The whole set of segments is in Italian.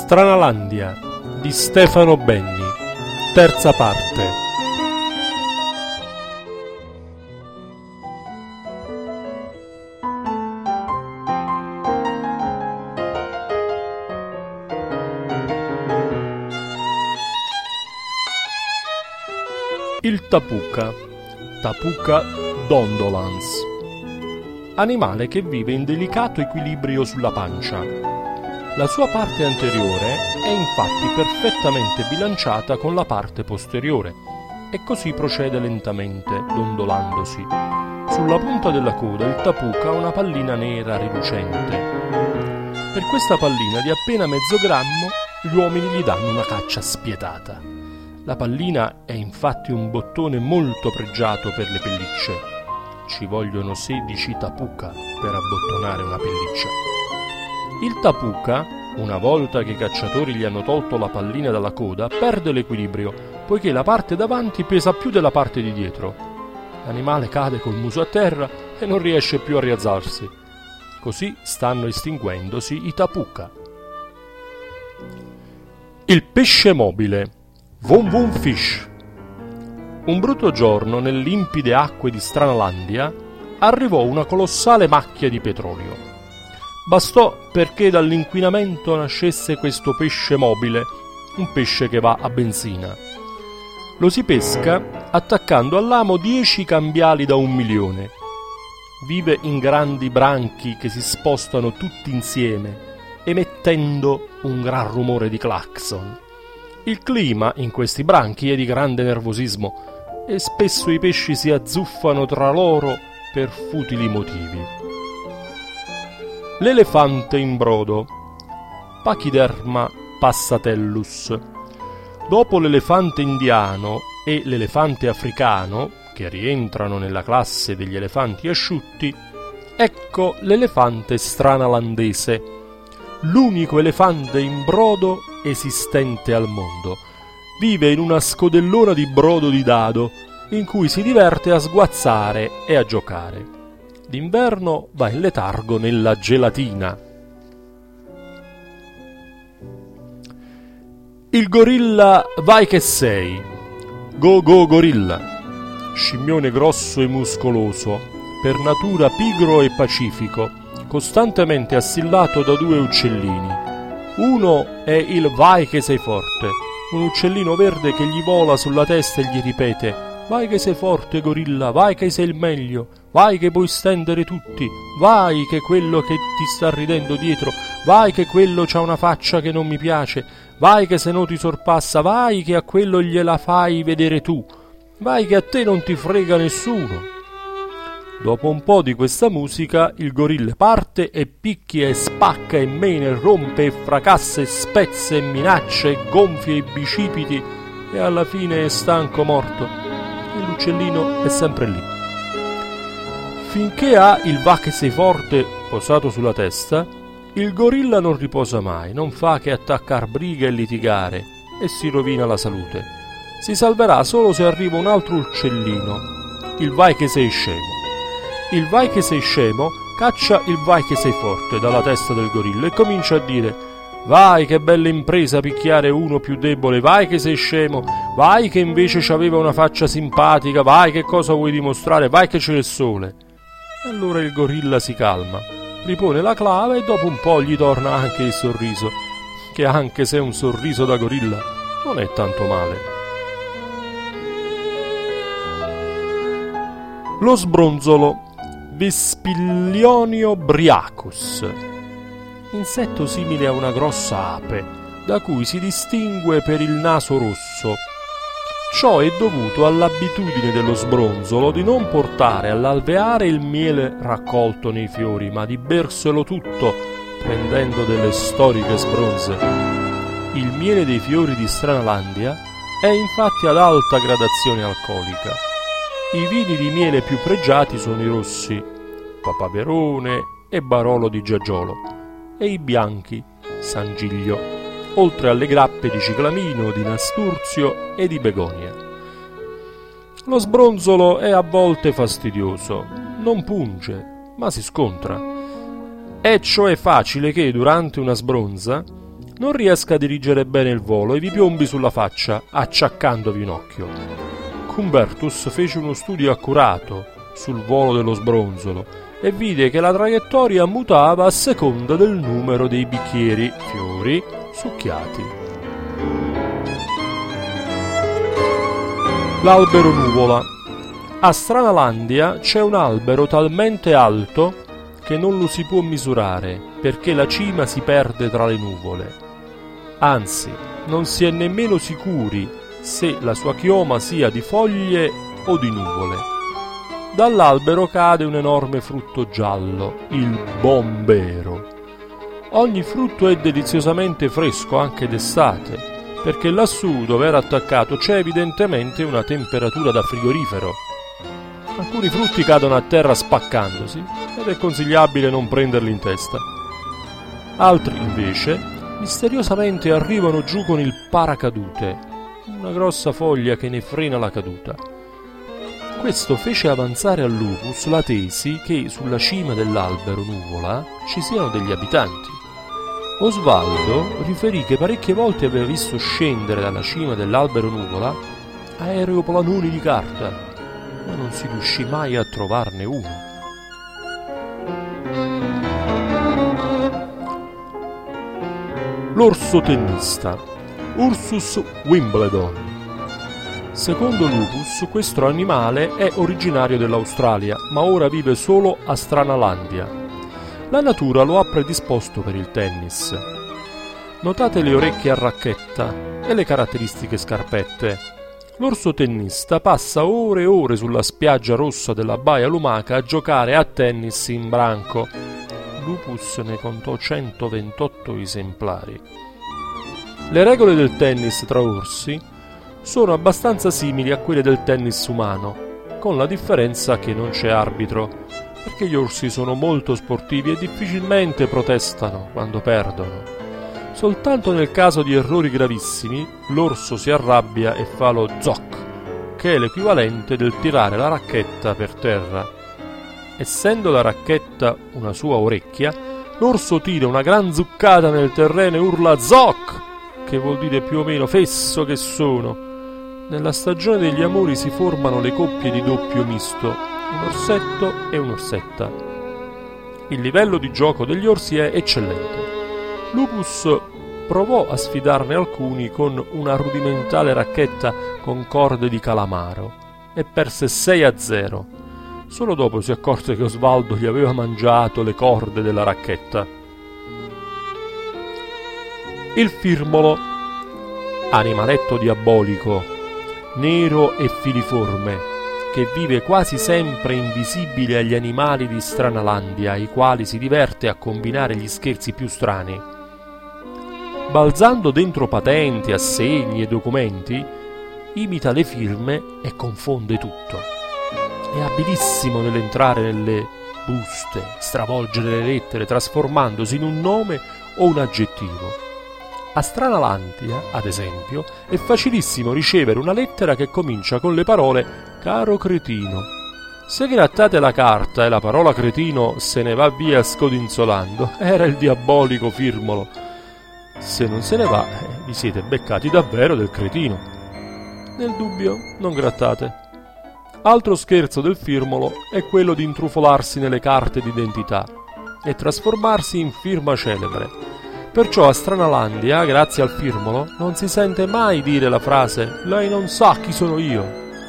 Stranalandia di Stefano Benni, terza parte. Il tapuca, Tapuca dondolans, animale che vive in delicato equilibrio sulla pancia. La sua parte anteriore è infatti perfettamente bilanciata con la parte posteriore e così procede lentamente, dondolandosi. Sulla punta della coda il tapuca ha una pallina nera rilucente. Per questa pallina di appena mezzo grammo gli uomini gli danno una caccia spietata. La pallina è infatti un bottone molto pregiato per le pellicce. Ci vogliono 16 tapuca per abbottonare una pelliccia. Il tapuca, una volta che i cacciatori gli hanno tolto la pallina dalla coda, perde l'equilibrio, poiché la parte davanti pesa più della parte di dietro. L'animale cade col muso a terra e non riesce più a rialzarsi. Così stanno estinguendosi i tapuca. Il pesce mobile, Vom Vom Fish. Un brutto giorno, nelle limpide acque di Stranalandia, arrivò una colossale macchia di petrolio. Bastò perché dall'inquinamento nascesse questo pesce mobile, un pesce che va a benzina. Lo si pesca attaccando all'amo 10 cambiali da 1 milione. Vive in grandi branchi che si spostano tutti insieme, emettendo un gran rumore di clacson. Il clima in questi branchi è di grande nervosismo e spesso i pesci si azzuffano tra loro per futili motivi. L'elefante in brodo, Pachyderma passatellus. Dopo l'elefante indiano e l'elefante africano, che rientrano nella classe degli elefanti asciutti, ecco l'elefante stranalandese, l'unico elefante in brodo esistente al mondo. Vive in una scodellona di brodo di dado, in cui si diverte a sguazzare e a giocare. D'inverno va in letargo nella gelatina. Il gorilla vai che sei, Go Go Gorilla, scimmione grosso e muscoloso, per natura pigro e pacifico, costantemente assillato da 2 uccellini. Uno è il vai che sei forte, un uccellino verde che gli vola sulla testa e gli ripete: vai che sei forte, gorilla, vai che sei il meglio, vai che puoi stendere tutti, vai che quello che ti sta ridendo dietro, vai che quello c'ha una faccia che non mi piace, vai che se no ti sorpassa, vai che a quello gliela fai vedere tu, vai che a te non ti frega nessuno. Dopo un po' di questa musica il gorilla parte e picchia e spacca e mena e rompe e fracassa e spezza e minaccia e gonfia i bicipiti e alla fine è stanco morto. E l'uccellino è sempre lì. Finché ha il va che sei forte posato sulla testa, il gorilla non riposa mai, non fa che attaccar brighe e litigare e si rovina la salute. Si salverà solo se arriva un altro uccellino, il vai che sei scemo. Il vai che sei scemo caccia il vai che sei forte dalla testa del gorilla e comincia a dire: vai che bella impresa picchiare uno più debole, vai che sei scemo, vai che invece c'aveva una faccia simpatica, vai che cosa vuoi dimostrare, vai che c'è il sole. Allora il gorilla si calma, ripone la clava e dopo un po' gli torna anche il sorriso, che anche se è un sorriso da gorilla non è tanto male. Lo sbronzolo, Vespilionio briacus, insetto simile a una grossa ape, da cui si distingue per il naso rosso. Ciò è dovuto all'abitudine dello sbronzolo di non portare all'alveare il miele raccolto nei fiori, ma di berselo tutto, prendendo delle storiche sbronze. Il miele dei fiori di Stranalandia è infatti ad alta gradazione alcolica. I vini di miele più pregiati sono i rossi, Papaverone e Barolo di Giagiolo, e i bianchi, San Giglio, oltre alle grappe di ciclamino, di nasturzio e di begonia. Lo sbronzolo è a volte fastidioso, non punge, ma si scontra. È cioè facile che durante una sbronza non riesca a dirigere bene il volo e vi piombi sulla faccia, acciaccandovi un occhio. Cumbertus fece uno studio accurato sul volo dello sbronzolo e vide che la traiettoria mutava a seconda del numero dei bicchieri, fiori, succhiati. L'albero nuvola. A Stranalandia c'è un albero talmente alto che non lo si può misurare, perché la cima si perde tra le nuvole. Anzi, non si è nemmeno sicuri se la sua chioma sia di foglie o di nuvole. Dall'albero cade un enorme frutto giallo, il bombero. Ogni frutto è deliziosamente fresco anche d'estate, perché lassù dove era attaccato c'è evidentemente una temperatura da frigorifero. Alcuni frutti cadono a terra spaccandosi ed è consigliabile non prenderli in testa. Altri, invece, misteriosamente arrivano giù con il paracadute, una grossa foglia che ne frena la caduta. Questo fece avanzare a Lupus la tesi che sulla cima dell'albero nuvola ci siano degli abitanti. Osvaldo riferì che parecchie volte aveva visto scendere dalla cima dell'albero nuvola aeroplanoni di carta, ma non si riuscì mai a trovarne uno. L'orso tennista, Ursus Wimbledon. Secondo Lupus, questo animale è originario dell'Australia, ma ora vive solo a Stranalandia. La natura lo ha predisposto per il tennis. Notate le orecchie a racchetta e le caratteristiche scarpette. L'orso tennista passa ore e ore sulla spiaggia rossa della Baia Lumaca a giocare a tennis in branco. Lupus ne contò 128 esemplari. Le regole del tennis tra orsi sono abbastanza simili a quelle del tennis umano, con la differenza che non c'è arbitro, perché gli orsi sono molto sportivi e difficilmente protestano quando perdono. Soltanto nel caso di errori gravissimi l'orso si arrabbia e fa lo zoc, che è l'equivalente del tirare la racchetta per terra. Essendo la racchetta una sua orecchia, l'orso tira una gran zuccata nel terreno e urla zoc, che vuol dire più o meno fesso che sono. Nella stagione degli amori si formano le coppie di doppio misto, un orsetto e un'orsetta. Il livello di gioco degli orsi è eccellente. Lupus provò a sfidarne alcuni con una rudimentale racchetta con corde di calamaro e perse 6-0. Solo dopo si accorse che Osvaldo gli aveva mangiato le corde della racchetta. Il firmolo, animaletto diabolico, nero e filiforme, che vive quasi sempre invisibile agli animali di Stranalandia, ai quali si diverte a combinare gli scherzi più strani. Balzando dentro patenti, assegni e documenti, imita le firme e confonde tutto. È abilissimo nell'entrare nelle buste, stravolgere le lettere, trasformandosi in un nome o un aggettivo. A Stranalandia, ad esempio, è facilissimo ricevere una lettera che comincia con le parole «Caro cretino». Se grattate la carta e la parola cretino se ne va via scodinzolando, era il diabolico firmolo. Se non se ne va, vi siete beccati davvero del cretino. Nel dubbio, non grattate. Altro scherzo del firmolo è quello di intrufolarsi nelle carte d'identità e trasformarsi in firma celebre. Perciò a Stranalandia, grazie al firmolo, non si sente mai dire la frase «Lei non sa chi sono io».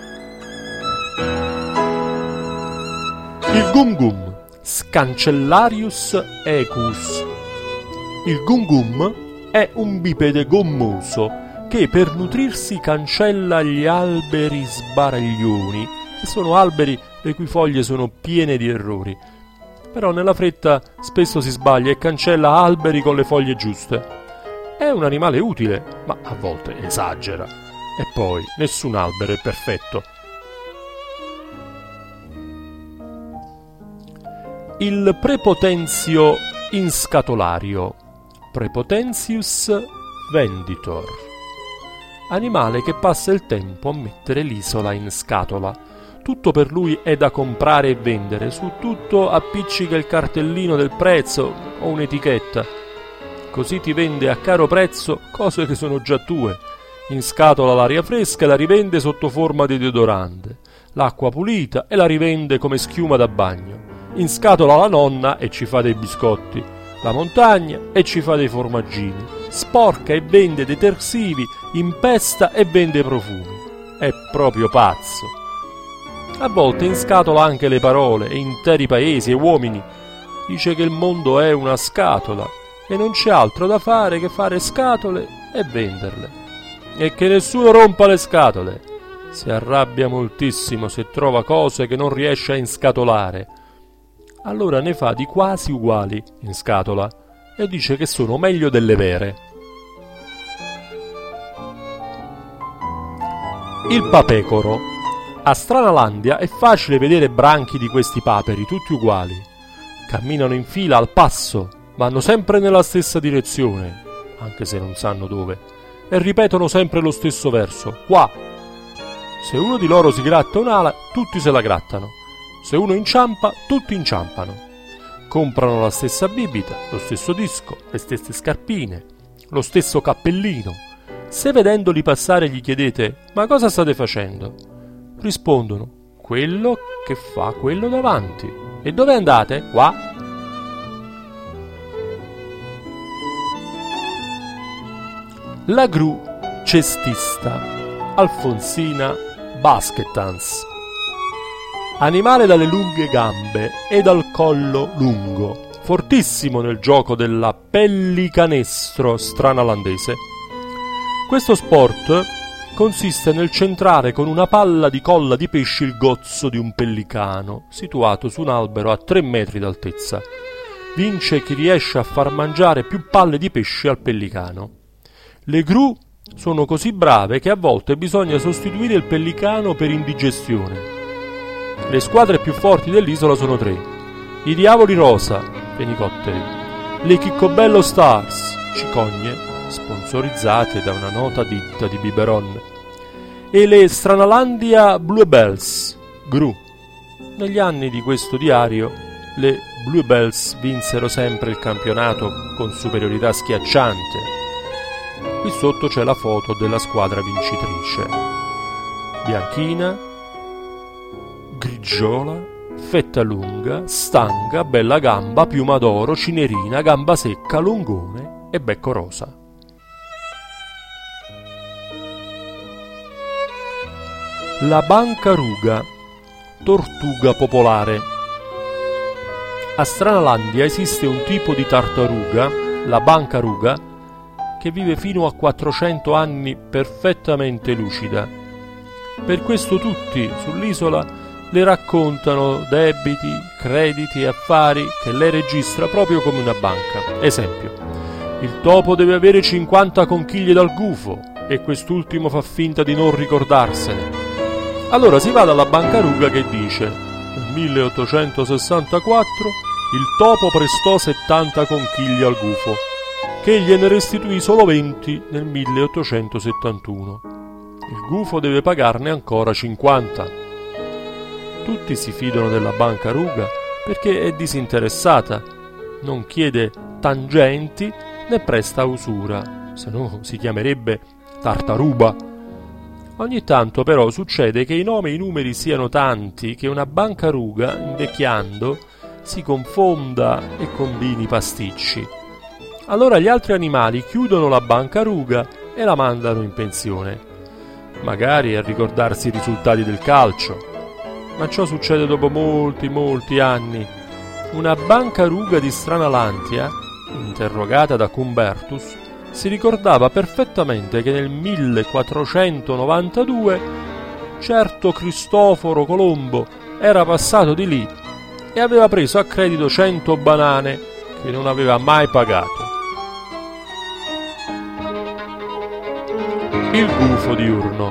Il gum-gum, Scancellarius equus. Il gum-gum è un bipede gommoso che per nutrirsi cancella gli alberi sbaraglioni, che sono alberi le cui foglie sono piene di errori. Però nella fretta spesso si sbaglia e cancella alberi con le foglie giuste. È un animale utile, ma a volte esagera. E poi nessun albero è perfetto. Il prepotenzio inscatolario, Prepotentius venditor. Animale che passa il tempo a mettere l'isola in scatola. Tutto per lui è da comprare e vendere, su tutto appiccica il cartellino del prezzo o un'etichetta. così ti vende a caro prezzo cose che sono già tue. In scatola l'aria fresca e la rivende sotto forma di deodorante, l'acqua pulita e la rivende come schiuma da bagno. In scatola la nonna e ci fa dei biscotti, la montagna e ci fa dei formaggini, sporca e vende detersivi, impesta e vende profumi. È proprio pazzo. A volte inscatola anche le parole e interi paesi e uomini. Dice che il mondo è una scatola e non c'è altro da fare che fare scatole e venderle. E che nessuno rompa le scatole. Si arrabbia moltissimo se trova cose che non riesce a inscatolare. Allora ne fa di quasi uguali in scatola e dice che sono meglio delle vere. Il papecoro. A Stranalandia è facile vedere branchi di questi paperi, tutti uguali. Camminano in fila al passo, vanno sempre nella stessa direzione, anche se non sanno dove, e ripetono sempre lo stesso verso, qua. Se uno di loro si gratta un'ala, tutti se la grattano. Se uno inciampa, tutti inciampano. Comprano la stessa bibita, lo stesso disco, le stesse scarpine, lo stesso cappellino. Se vedendoli passare gli chiedete «Ma cosa state facendo?», rispondono «Quello che fa quello davanti». «E dove andate?» «Qua». La gru cestista, Alfonsina basketans. Animale dalle lunghe gambe e dal collo lungo, fortissimo nel gioco della pellicanestro stranalandese. Questo sport consiste nel centrare con una palla di colla di pesci il gozzo di un pellicano, situato su un albero a 3 metri d'altezza. Vince chi riesce a far mangiare più palle di pesce al pellicano. Le gru sono così brave che a volte bisogna sostituire il pellicano per indigestione. Le squadre più forti dell'isola sono 3. I Diavoli Rosa, fenicotteri, le Chiccobello Stars, cicogne, sponsorizzate da una nota ditta di biberon, e le Stranalandia Bluebells, gru. Negli anni di questo diario, le Bluebells vinsero sempre il campionato con superiorità schiacciante. Qui sotto c'è la foto della squadra vincitrice. Bianchina, grigiola, fetta lunga, stanga, bella gamba, piuma d'oro, cinerina, gamba secca, lungone e becco rosa. La bancaruga, tortuga popolare. A Stranalandia esiste un tipo di tartaruga, la bancaruga, che vive fino a 400 anni perfettamente lucida. Per questo tutti sull'isola le raccontano debiti, crediti e affari che lei registra proprio come una banca. Esempio, il topo deve avere 50 conchiglie dal gufo e quest'ultimo fa finta di non ricordarsene. Allora si va dalla bancaruga che dice: nel 1864 il topo prestò 70 conchiglie al gufo, che gliene restituì solo 20 nel 1871. Il gufo deve pagarne ancora 50. Tutti si fidano della bancaruga perché è disinteressata, non chiede tangenti né presta usura, se no si chiamerebbe tartaruba. Ogni tanto però succede che i nomi e i numeri siano tanti che una bancaruga, invecchiando, si confonda e combini pasticci. Allora gli altri animali chiudono la bancaruga e la mandano in pensione, magari a ricordarsi i risultati del calcio. Ma ciò succede dopo molti anni. Una bancaruga di Stranalandia, interrogata da Cumbertus, si ricordava perfettamente che nel 1492 certo Cristoforo Colombo era passato di lì e aveva preso a credito 100 banane che non aveva mai pagato. Il gufo diurno,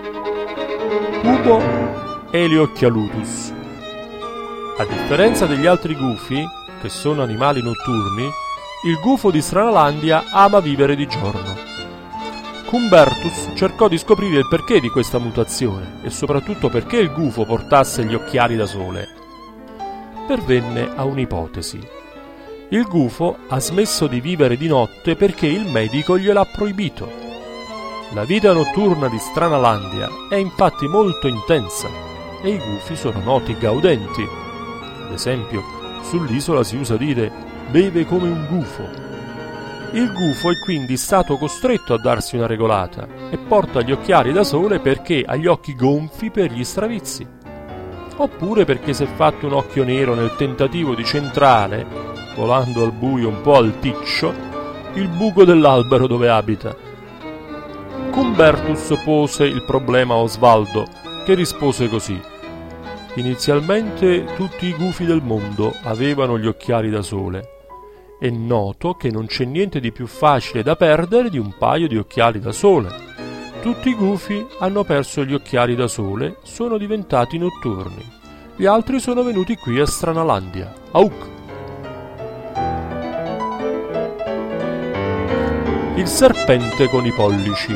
Cubo Eliocchialutus. A differenza degli altri gufi, che sono animali notturni, il gufo di Stranalandia ama vivere di giorno. Cumbertus cercò di scoprire il perché di questa mutazione e soprattutto perché il gufo portasse gli occhiali da sole. Pervenne a un'ipotesi. Il gufo ha smesso di vivere di notte perché il medico gliel'ha proibito. La vita notturna di Stranalandia è infatti molto intensa e i gufi sono noti gaudenti. Ad esempio, sull'isola si usa dire «beve come un gufo». Il gufo è quindi stato costretto a darsi una regolata e porta gli occhiali da sole perché ha gli occhi gonfi per gli stravizi. Oppure perché si è fatto un occhio nero nel tentativo di centrare, volando al buio un po' alticcio, il buco dell'albero dove abita. Cumbertus pose il problema a Osvaldo, che rispose così: inizialmente tutti i gufi del mondo avevano gli occhiali da sole. È noto che non c'è niente di più facile da perdere di un paio di occhiali da sole. Tutti i gufi hanno perso gli occhiali da sole, sono diventati notturni. Gli altri sono venuti qui a Stranalandia. Auk! Il serpente con i pollici.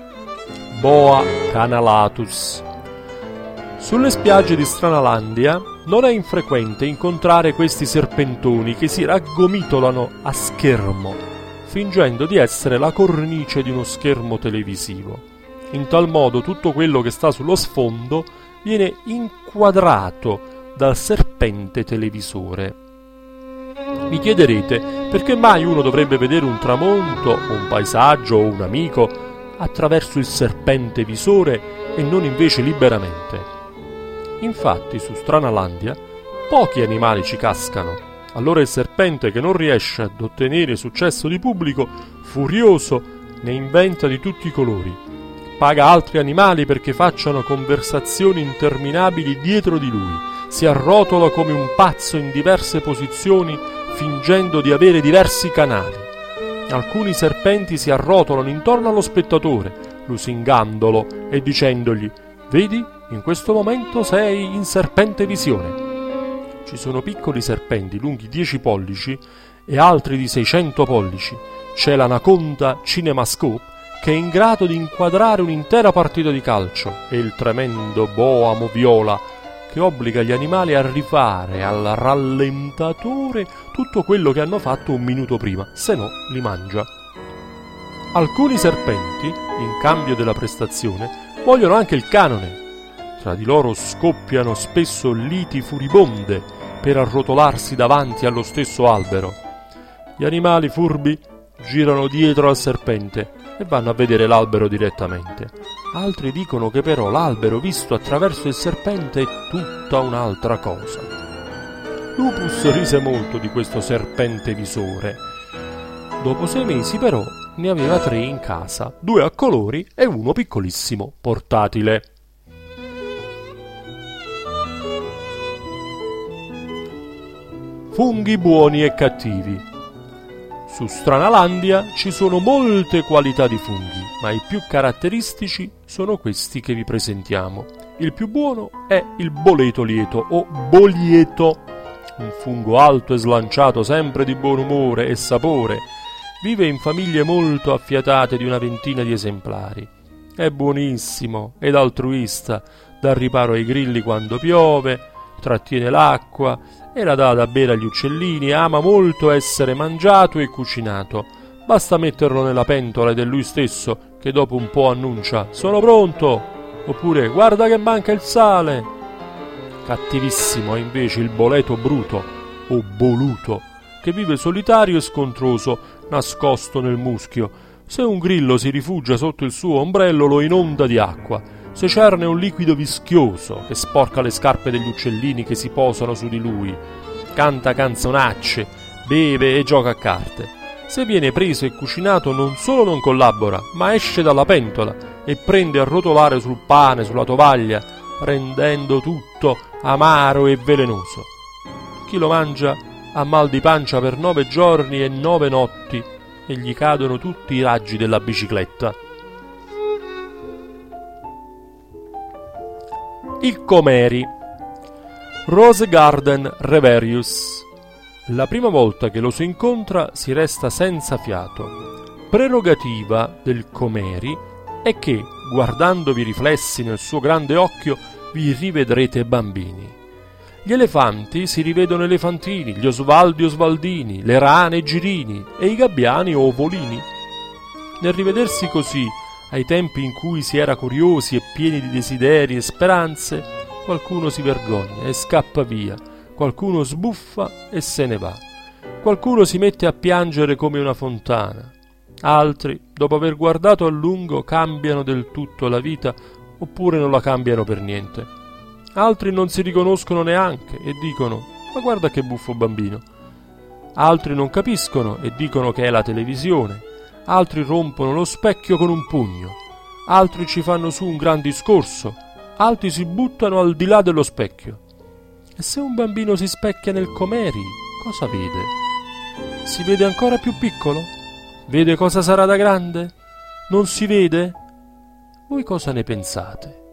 Boa canalatus. Sulle spiagge di Stranalandia non è infrequente incontrare questi serpentoni che si raggomitolano a schermo, fingendo di essere la cornice di uno schermo televisivo. In tal modo tutto quello che sta sullo sfondo viene inquadrato dal serpente televisore. Mi chiederete perché mai uno dovrebbe vedere un tramonto, un paesaggio o un amico attraverso il serpente visore e non invece liberamente. Infatti su Stranalandia pochi animali ci cascano. Allora il serpente, che non riesce ad ottenere successo di pubblico, furioso, ne inventa di tutti i colori. Paga altri animali perché facciano conversazioni interminabili dietro di lui. Si arrotola come un pazzo in diverse posizioni, fingendo di avere diversi canali. Alcuni serpenti si arrotolano intorno allo spettatore, lusingandolo e dicendogli: «Vedi, in questo momento sei in serpente visione». Ci sono piccoli serpenti lunghi 10 pollici e altri di 600 pollici. C'è l'anaconda Cinemascope, che è in grado di inquadrare un'intera partita di calcio, e il tremendo boa moviola, che obbliga gli animali a rifare al rallentatore tutto quello che hanno fatto un minuto prima, se no li mangia. Alcuni serpenti, in cambio della prestazione, vogliono anche il canone. Tra di loro scoppiano spesso liti furibonde per arrotolarsi davanti allo stesso albero. Gli animali furbi girano dietro al serpente e vanno a vedere l'albero direttamente. Altri dicono che però l'albero visto attraverso il serpente è tutta un'altra cosa. Lupus rise molto di questo serpente visore. Dopo 6 mesi però ne aveva 3 in casa, 2 a colori e uno piccolissimo, portatile. Funghi buoni e cattivi. Su Stranalandia ci sono molte qualità di funghi, ma i più caratteristici sono questi che vi presentiamo. Il più buono è il boleto lieto o bolieto, un fungo alto e slanciato, sempre di buon umore e sapore. Vive in famiglie molto affiatate di una ventina di esemplari. È buonissimo ed altruista, dà riparo ai grilli quando piove, trattiene l'acqua e la dà da bere agli uccellini, ama molto essere mangiato e cucinato. Basta metterlo nella pentola ed è lui stesso che dopo un po' annuncia «Sono pronto!» oppure «Guarda che manca il sale!». Cattivissimo è invece il boleto bruto o boluto, che vive solitario e scontroso, nascosto nel muschio. Se un grillo si rifugia sotto il suo ombrello lo inonda di acqua. Se cerne un liquido vischioso che sporca le scarpe degli uccellini che si posano su di lui. Canta canzonacce, beve e gioca a carte. Se viene preso e cucinato non solo non collabora, ma esce dalla pentola e prende a rotolare sul pane, sulla tovaglia, rendendo tutto amaro e velenoso. Chi lo mangia ha mal di pancia per 9 giorni e 9 notti e gli cadono tutti i raggi della bicicletta. Il Comeri. Rose Garden Reverius. La prima volta che lo si incontra si resta senza fiato. Prerogativa del Comeri è che, guardandovi riflessi nel suo grande occhio, vi rivedrete bambini. Gli elefanti si rivedono elefantini, gli osvaldi osvaldini, le rane girini e i gabbiani ovolini. Nel rivedersi così, ai tempi in cui si era curiosi e pieni di desideri e speranze, qualcuno si vergogna e scappa via, qualcuno sbuffa e se ne va, qualcuno si mette a piangere come una fontana, altri, dopo aver guardato a lungo, cambiano del tutto la vita oppure non la cambiano per niente. Altri non si riconoscono neanche e dicono: ma guarda che buffo bambino. Altri non capiscono e dicono che è la televisione. Altri rompono lo specchio con un pugno. Altri ci fanno su un gran discorso. Altri si buttano al di là dello specchio. E se un bambino si specchia nel Comeri, cosa vede? Si vede ancora più piccolo? Vede cosa sarà da grande? Non si vede? Voi cosa ne pensate?